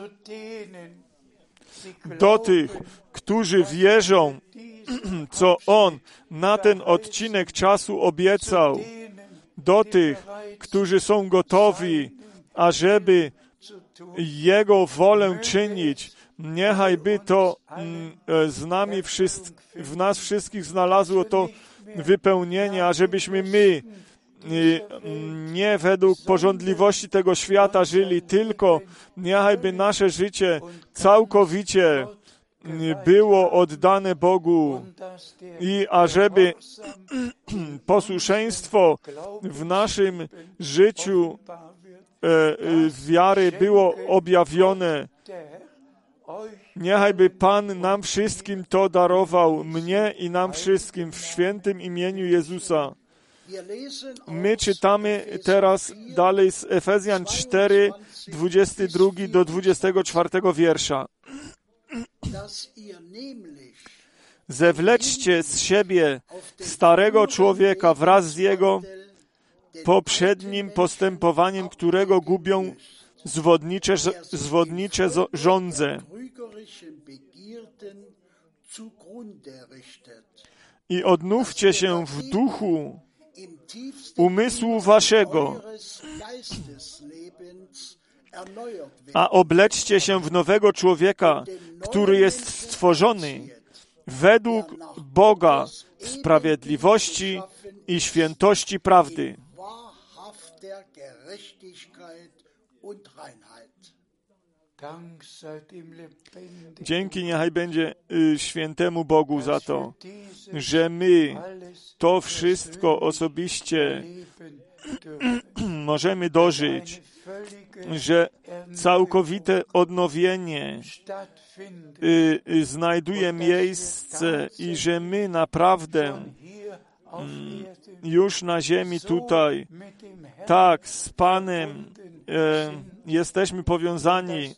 do tych, którzy wierzą, co On na ten odcinek czasu obiecał, do tych, którzy są gotowi, ażeby Jego wolę czynić. Niechaj by to w nas wszystkich znalazło to wypełnienie, ażebyśmy my nie według pożądliwości tego świata żyli, tylko niechaj by nasze życie całkowicie było oddane Bogu i ażeby posłuszeństwo w naszym życiu wiary było objawione. Niechaj by Pan nam wszystkim to darował, mnie i nam wszystkim w świętym imieniu Jezusa. My czytamy teraz dalej z Efezjan 4, 22 do 24 wiersza. Zewleczcie z siebie starego człowieka wraz z jego poprzednim postępowaniem, którego gubią zwodnicze żądze. I odnówcie się w duchu umysłu waszego, a obleczcie się w nowego człowieka, który jest stworzony według Boga w sprawiedliwości i świętości prawdy. Dzięki niechaj będzie świętemu Bogu za to, że my to wszystko osobiście możemy dożyć że całkowite odnowienie znajduje miejsce i że my naprawdę już na ziemi tutaj, tak, z Panem jesteśmy powiązani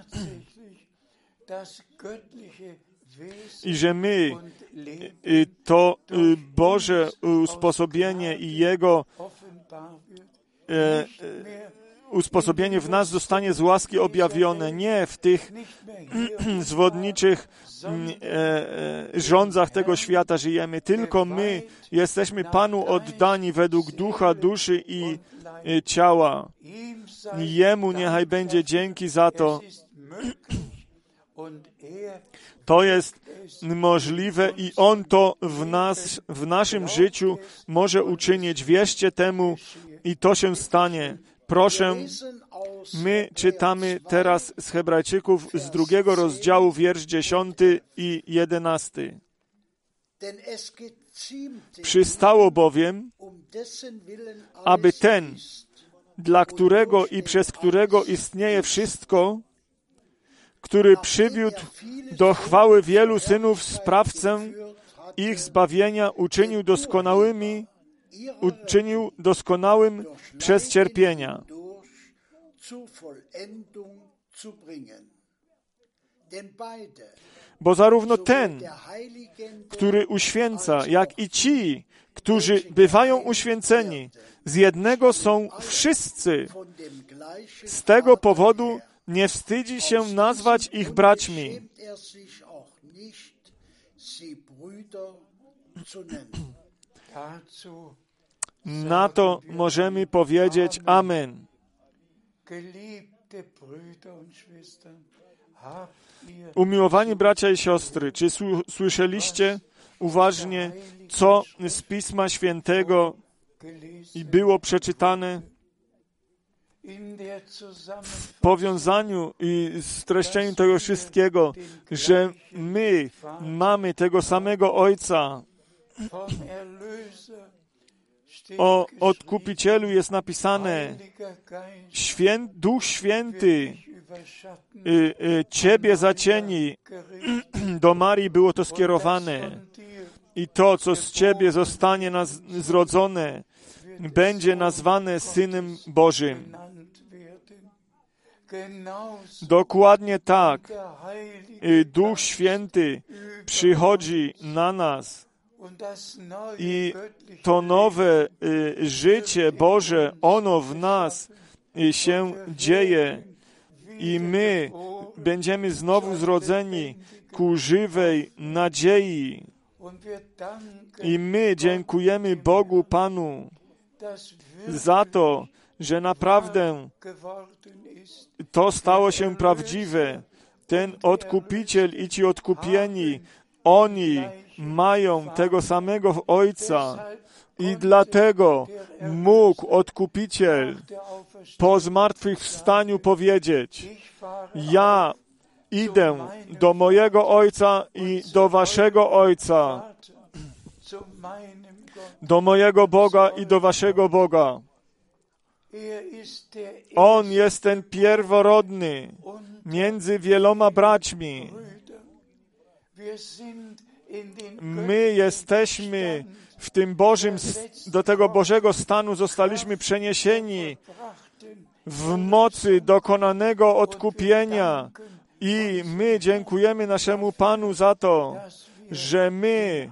i że my to Boże usposobienie i Jego usposobienie w nas zostanie z łaski objawione, nie w tych zwodniczych rządzach tego świata żyjemy, tylko my jesteśmy Panu oddani według ducha, duszy i ciała. Jemu niechaj będzie dzięki za to. To jest możliwe i On to w naszym życiu może uczynić. Wierzcie temu i to się stanie. Proszę, my czytamy teraz z Hebrajczyków z 2 rozdziału, wiersz 10 i 11. Przystało bowiem, aby ten, dla którego i przez którego istnieje wszystko, który przywiódł do chwały wielu synów sprawcę ich zbawienia, uczynił doskonałym przez cierpienia. Bo zarówno ten, który uświęca, jak i ci, którzy bywają uświęceni, z jednego są wszyscy. Z tego powodu nie wstydzi się nazwać ich braćmi. Na to możemy powiedzieć Amen. Umiłowani bracia i siostry, czy słyszeliście uważnie, co z Pisma Świętego było przeczytane? W powiązaniu i streszczeniu tego wszystkiego, że my mamy tego samego Ojca. O Odkupicielu jest napisane: Duch Święty Ciebie zacieni. Do Marii było to skierowane. I to, co z Ciebie zostanie zrodzone, będzie nazwane Synem Bożym. Dokładnie tak. Duch Święty przychodzi na nas i to nowe życie Boże, ono w nas się dzieje i my będziemy znowu zrodzeni ku żywej nadziei. I my dziękujemy Bogu Panu za to, że naprawdę to stało się prawdziwe. Ten Odkupiciel i ci odkupieni, oni mają tego samego Ojca i dlatego mógł Odkupiciel po zmartwychwstaniu powiedzieć: ja idę do mojego Ojca i do waszego Ojca, do mojego Boga i do waszego Boga. On jest ten pierworodny między wieloma braćmi. My jesteśmy w tym Bożym, do tego Bożego stanu zostaliśmy przeniesieni w mocy dokonanego odkupienia i my dziękujemy naszemu Panu za to, że my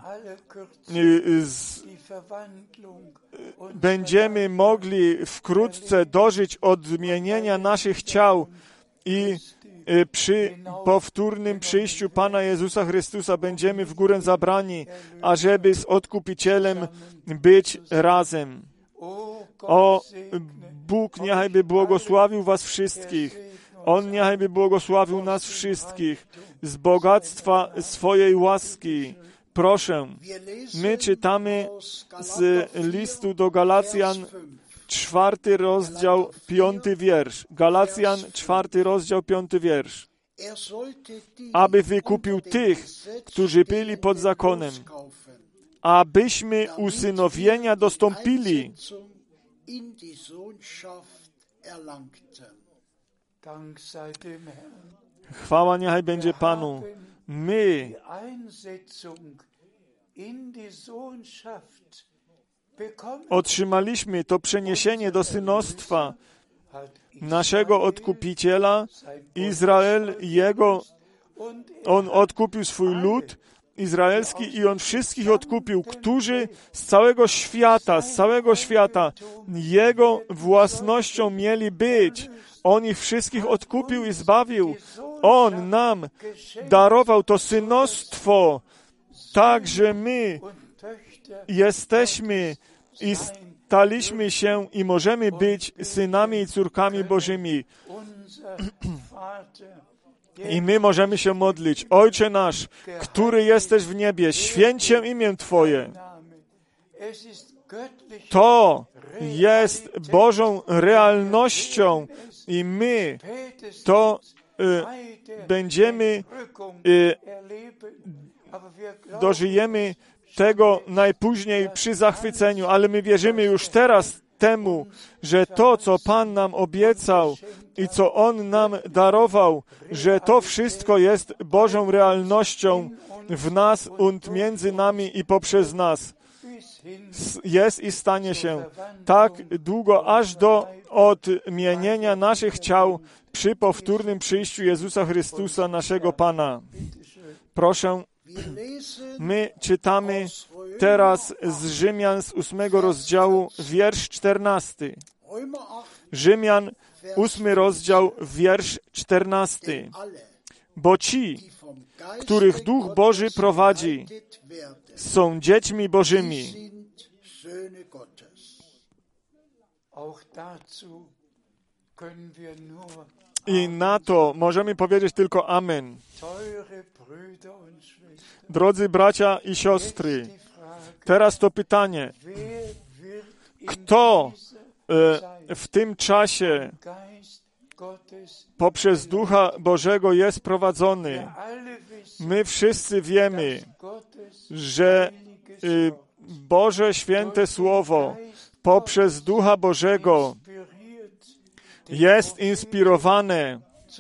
będziemy mogli wkrótce dożyć odmienienia naszych ciał i przy powtórnym przyjściu Pana Jezusa Chrystusa będziemy w górę zabrani, ażeby z Odkupicielem być razem. O, Bóg niechaj błogosławił was wszystkich. On niechaj błogosławił nas wszystkich z bogactwa swojej łaski. Proszę, my czytamy z listu do Galacjan 4 rozdział 5 wiersz. Galacjan 4 rozdział 5 wiersz. Aby wykupił tych, którzy byli pod zakonem, abyśmy usynowienia dostąpili. Dank sei dem Herrn. Chwała niechaj będzie Panu. My Die Einsetzung in die Sohnschaft bekommen otrzymaliśmy to przeniesienie do synostwa hat naszego Odkupiciela, Izrael, On odkupił swój lud izraelski i On wszystkich odkupił, którzy z całego świata Jego własnością mieli być. On ich wszystkich odkupił i zbawił. On nam darował to synostwo, tak, że my und Töchter jesteśmy i staliśmy się i możemy być synami i córkami Bożymi. unser Vater, I my możemy się modlić. Ojcze nasz, który jesteś w niebie, święć się imię Twoje. Name. Es ist göttlich. To jest Bożą realnością i my to będziemy dożyjemy tego najpóźniej przy zachwyceniu, ale my wierzymy już teraz temu, że to, co Pan nam obiecał i co On nam darował, że to wszystko jest Bożą realnością w nas und między nami i poprzez nas. Jest i stanie się tak długo, aż do odmienienia naszych ciał przy powtórnym przyjściu Jezusa Chrystusa, naszego Pana. Proszę, my czytamy teraz z Rzymian z 8 rozdziału, wiersz 14. Rzymian, 8 rozdział, wiersz 14. Bo ci, których Duch Boży prowadzi, są dziećmi Bożymi. I na to możemy powiedzieć tylko amen. Drodzy bracia i siostry, teraz to pytanie, kto w tym czasie poprzez Ducha Bożego jest prowadzony? My wszyscy wiemy, że Boże Święte Słowo poprzez Ducha Bożego jest inspirowane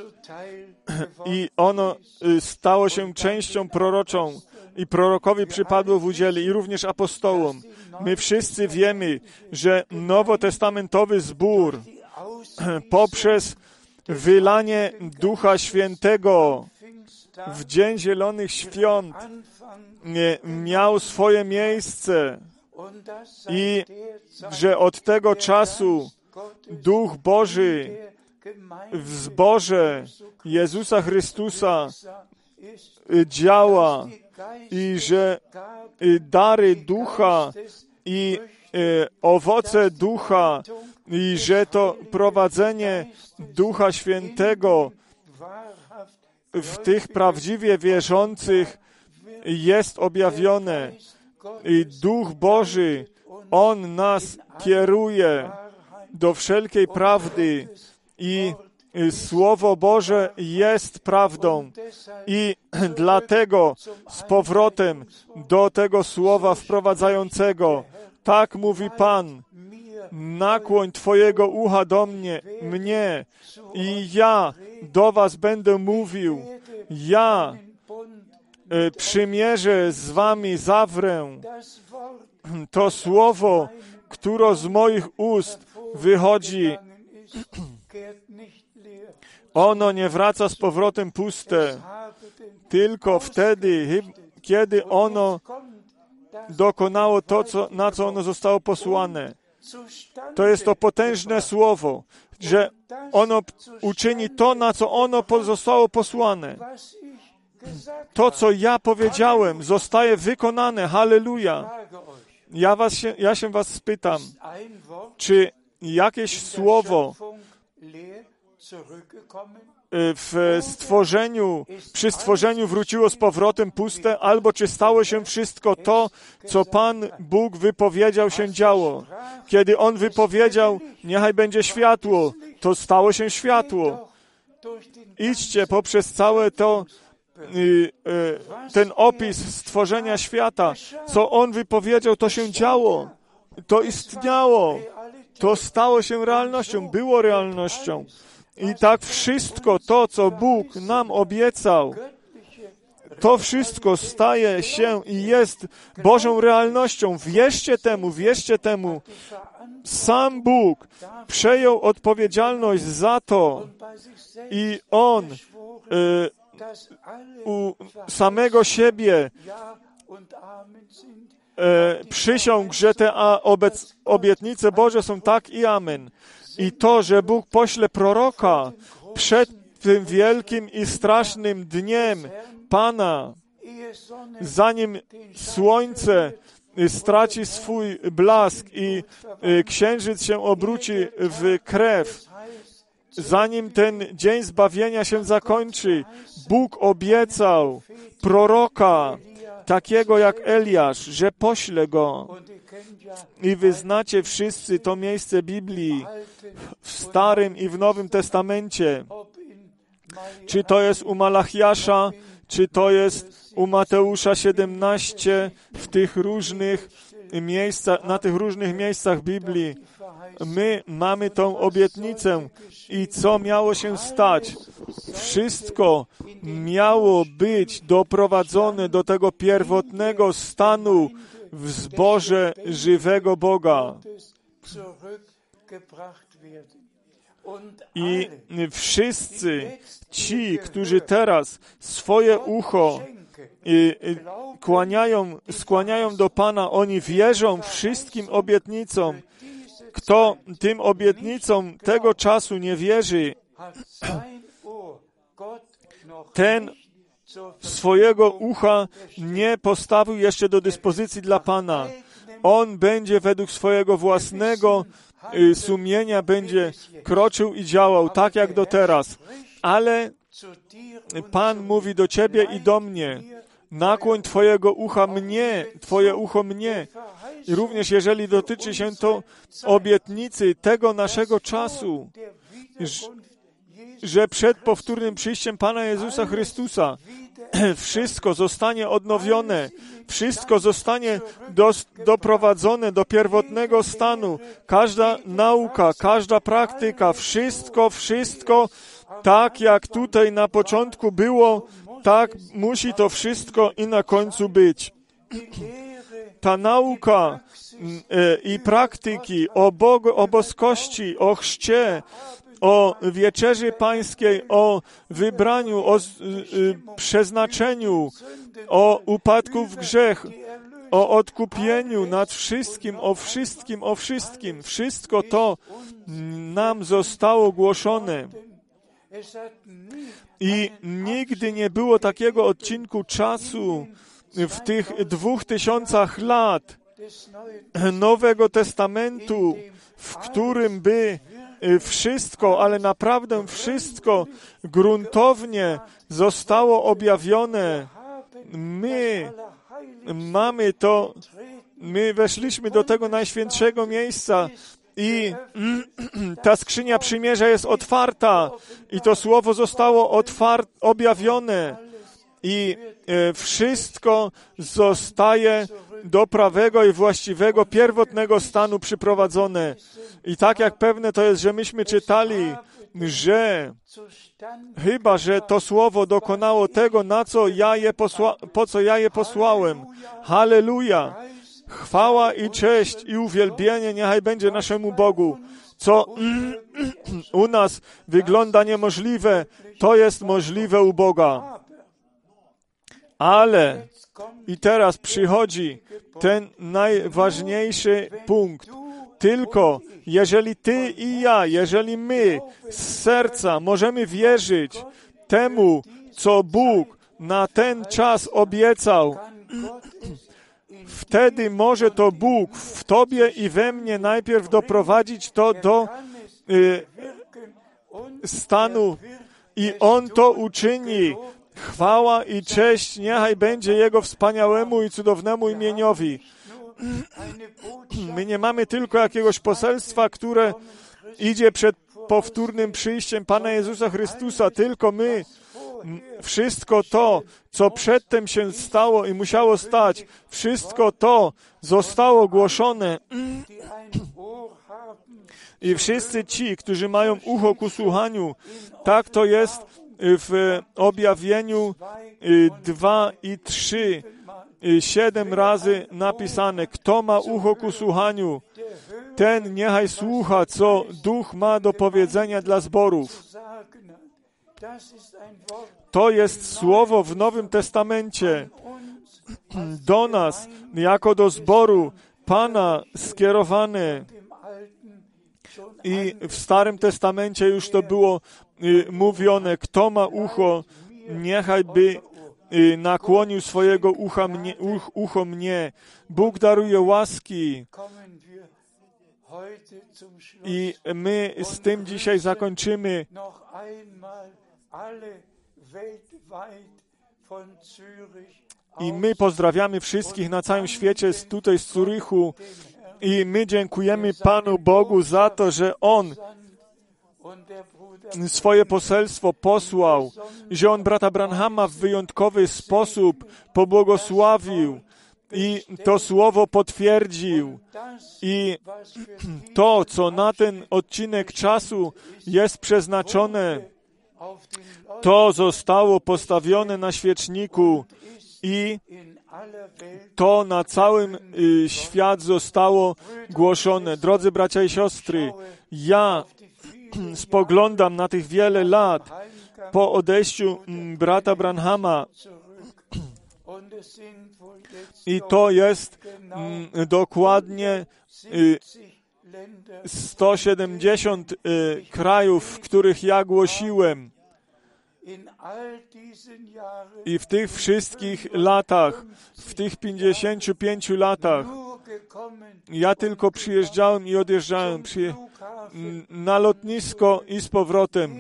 i ono stało się częścią proroczą i prorokowi przypadło w udziale i również apostołom. My wszyscy wiemy, że nowotestamentowy zbór poprzez wylanie Ducha Świętego w Dzień Zielonych Świąt miał swoje miejsce i że od tego czasu Duch Boży w zborze Jezusa Chrystusa działa i że dary Ducha i owoce Ducha i że to prowadzenie Ducha Świętego w tych prawdziwie wierzących jest objawione. I Duch Boży, On nas kieruje do wszelkiej prawdy i Słowo Boże jest prawdą. I dlatego z powrotem do tego Słowa wprowadzającego, tak mówi Pan, nakłoń Twojego ucha do mnie i ja do was będę mówił, ja przymierze z wami zawrę. To słowo, które z moich ust wychodzi, ono nie wraca z powrotem puste, tylko wtedy, kiedy ono dokonało to, na co ono zostało posłane. To jest to potężne słowo, że ono uczyni to, na co ono zostało posłane. To, co ja powiedziałem, zostaje wykonane. Halleluja. Ja się was spytam, czy jakieś słowo przy stworzeniu wróciło z powrotem puste, albo czy stało się wszystko to, co Pan Bóg wypowiedział się działo. Kiedy On wypowiedział, niechaj będzie światło, to stało się światło. Idźcie poprzez całe to, ten opis stworzenia świata. Co On wypowiedział, to się działo. To istniało. to stało się realnością, było realnością. I tak wszystko to, co Bóg nam obiecał, to wszystko staje się i jest Bożą realnością. Wierzcie temu, wierzcie temu. Sam Bóg przejął odpowiedzialność za to i On u samego siebie przysiągł, że te obietnice Boże są tak i amen. I to, że Bóg pośle proroka przed tym wielkim i strasznym dniem Pana, zanim słońce straci swój blask i księżyc się obróci w krew, zanim ten dzień zbawienia się zakończy, Bóg obiecał proroka, takiego jak Eliasz, że pośle go. I wy znacie wszyscy to miejsce Biblii w Starym i w Nowym Testamencie. Czy to jest u Malachiasza, czy to jest u Mateusza 17, w tych różnych miejscach, na tych różnych miejscach Biblii. My mamy tą obietnicę i co miało się stać? Wszystko miało być doprowadzone do tego pierwotnego stanu w zborze żywego Boga. I wszyscy ci, którzy teraz swoje ucho skłaniają do Pana, oni wierzą wszystkim obietnicom. Kto tym obietnicom tego czasu nie wierzy, ten swojego ucha nie postawił jeszcze do dyspozycji dla Pana. On będzie według swojego własnego sumienia będzie kroczył i działał tak jak do teraz. Ale Pan mówi do ciebie i do mnie: nakłoń twojego ucha mnie, twoje ucho mnie. I również jeżeli dotyczy się to obietnicy tego naszego czasu, że przed powtórnym przyjściem Pana Jezusa Chrystusa wszystko zostanie odnowione, wszystko zostanie doprowadzone do pierwotnego stanu. Każda nauka, każda praktyka, wszystko tak jak tutaj na początku było, tak musi to wszystko i na końcu być. Ta nauka i praktyki o boskości, o chrzcie, o wieczerzy pańskiej, o wybraniu, o przeznaczeniu, o upadku w grzech, o odkupieniu nad wszystkim, o wszystkim. Wszystko to nam zostało głoszone. I nigdy nie było takiego odcinku czasu w tych 2000 lat Nowego Testamentu, w którym by wszystko, ale naprawdę wszystko gruntownie zostało objawione. My mamy to, my weszliśmy do tego najświętszego miejsca i ta skrzynia przymierza jest otwarta i to słowo zostało objawione i wszystko zostaje do prawego i właściwego, pierwotnego stanu przyprowadzone. I tak jak pewne to jest, że myśmy czytali, że chyba, że to słowo dokonało tego, po co ja je posłałem. Halleluja! Chwała i cześć i uwielbienie niechaj będzie naszemu Bogu. Co u nas wygląda niemożliwe, to jest możliwe u Boga. Ale i teraz przychodzi ten najważniejszy punkt. Tylko jeżeli ty i ja, jeżeli my z serca możemy wierzyć temu, co Bóg na ten czas obiecał, wtedy może to Bóg w tobie i we mnie najpierw doprowadzić to do stanu i On to uczyni. Chwała i cześć niechaj będzie Jego wspaniałemu i cudownemu imieniowi. My nie mamy tylko jakiegoś poselstwa, które idzie przed powtórnym przyjściem Pana Jezusa Chrystusa, tylko my wszystko to, co przedtem się stało i musiało stać, wszystko to zostało głoszone. I wszyscy ci, którzy mają ucho ku słuchaniu, tak to jest w objawieniu 2 i 3, 7 razy napisane. Kto ma ucho ku słuchaniu, ten niechaj słucha, co Duch ma do powiedzenia dla zborów. To jest słowo w Nowym Testamencie do nas, jako do zboru Pana skierowane. I w Starym Testamencie już to było mówione, kto ma ucho, niechaj by nakłonił swojego ucho mnie. Bóg daruje łaski. I my z tym dzisiaj zakończymy. I my pozdrawiamy wszystkich na całym świecie, tutaj z Zurychu. I my dziękujemy Panu Bogu za to, że On swoje poselstwo posłał, że On brata Branhama w wyjątkowy sposób pobłogosławił i to słowo potwierdził. I to, co na ten odcinek czasu jest przeznaczone, to zostało postawione na świeczniku i to na całym świat zostało głoszone. Drodzy bracia i siostry, ja spoglądam na tych wiele lat po odejściu brata Branhama i to jest dokładnie 170 krajów, w których ja głosiłem. I w tych wszystkich latach, w tych 55 latach, ja tylko przyjeżdżałem i odjeżdżałem na lotnisko i z powrotem.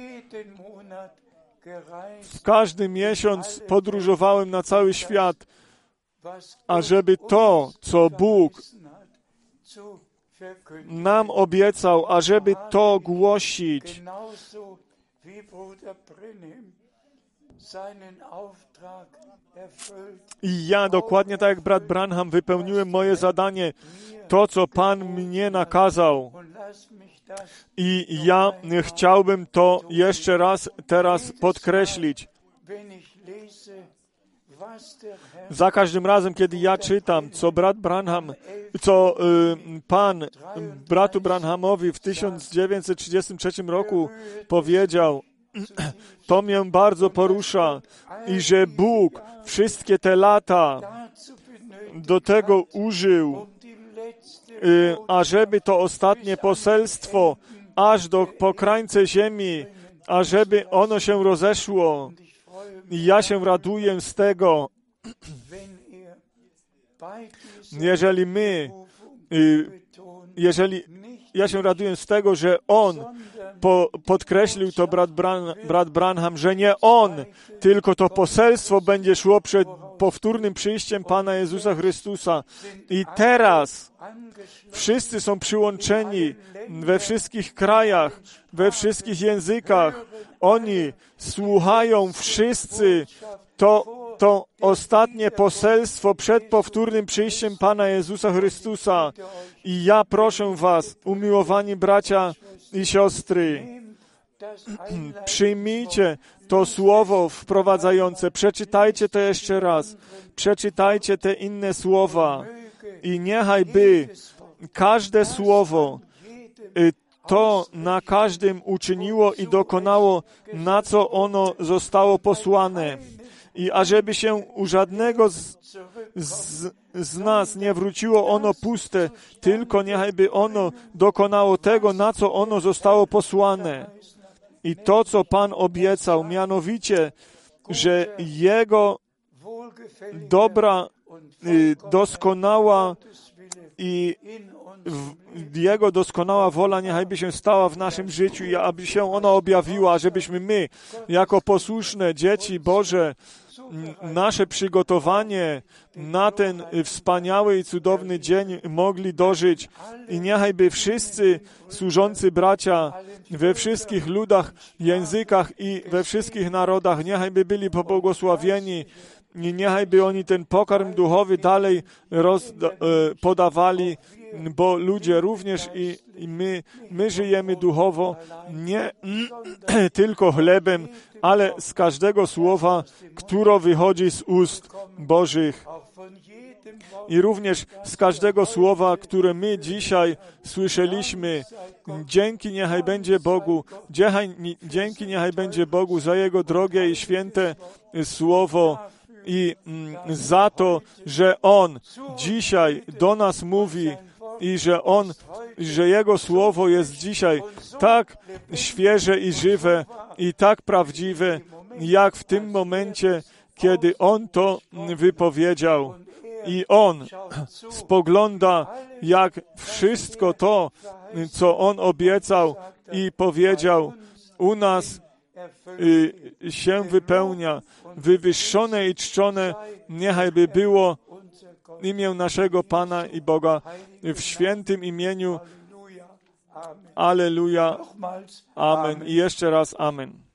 W każdy miesiąc podróżowałem na cały świat, ażeby to, co Bóg nam obiecał, ażeby to głosić. I ja dokładnie tak jak brat Branham wypełniłem moje zadanie, to co Pan mnie nakazał. I ja chciałbym to jeszcze raz teraz podkreślić. Za każdym razem, kiedy ja czytam, co brat Branham, co Pan bratu Branhamowi w 1933 roku powiedział, to mnie bardzo porusza i że Bóg wszystkie te lata do tego użył, ażeby to ostatnie poselstwo aż po krańce ziemi, ażeby ono się rozeszło. I ja się raduję z tego, ja się raduję z tego, że on podkreślił to brat Branham, że nie on, tylko to poselstwo będzie szło przed powtórnym przyjściem Pana Jezusa Chrystusa. I teraz wszyscy są przyłączeni we wszystkich krajach, we wszystkich językach. Oni słuchają wszyscy to ostatnie poselstwo przed powtórnym przyjściem Pana Jezusa Chrystusa. I ja proszę was, umiłowani bracia i siostry, przyjmijcie to słowo wprowadzające, przeczytajcie to jeszcze raz, przeczytajcie te inne słowa i niechaj by każde słowo to na każdym uczyniło i dokonało, na co ono zostało posłane. I ażeby się u żadnego z nas nie wróciło ono puste, tylko niechaj by ono dokonało tego, na co ono zostało posłane. I to, co Pan obiecał, mianowicie, że Jego dobra, doskonała i Jego doskonała wola niechaj by się stała w naszym życiu i aby się ona objawiła, żebyśmy my, jako posłuszne dzieci Boże, nasze przygotowanie na ten wspaniały i cudowny dzień mogli dożyć. I niechaj by wszyscy służący bracia we wszystkich ludach, językach i we wszystkich narodach, niechaj by byli pobłogosławieni i niechaj by oni ten pokarm duchowy dalej podawali, bo ludzie również i my żyjemy duchowo nie tylko chlebem, ale z każdego słowa, które wychodzi z ust Bożych. I również z każdego słowa, które my dzisiaj słyszeliśmy, dzięki niechaj będzie Bogu, dzięki niechaj będzie Bogu za Jego drogie i święte słowo i za to, że On dzisiaj do nas mówi i że Jego słowo jest dzisiaj tak świeże i żywe i tak prawdziwe, jak w tym momencie, kiedy On to wypowiedział. I On spogląda, jak wszystko to, co On obiecał i powiedział, u nas się wypełnia. Wywyższone i czczone niechaj by było imię naszego Pana i Boga w świętym imieniu. Alleluja. Amen. I jeszcze raz amen.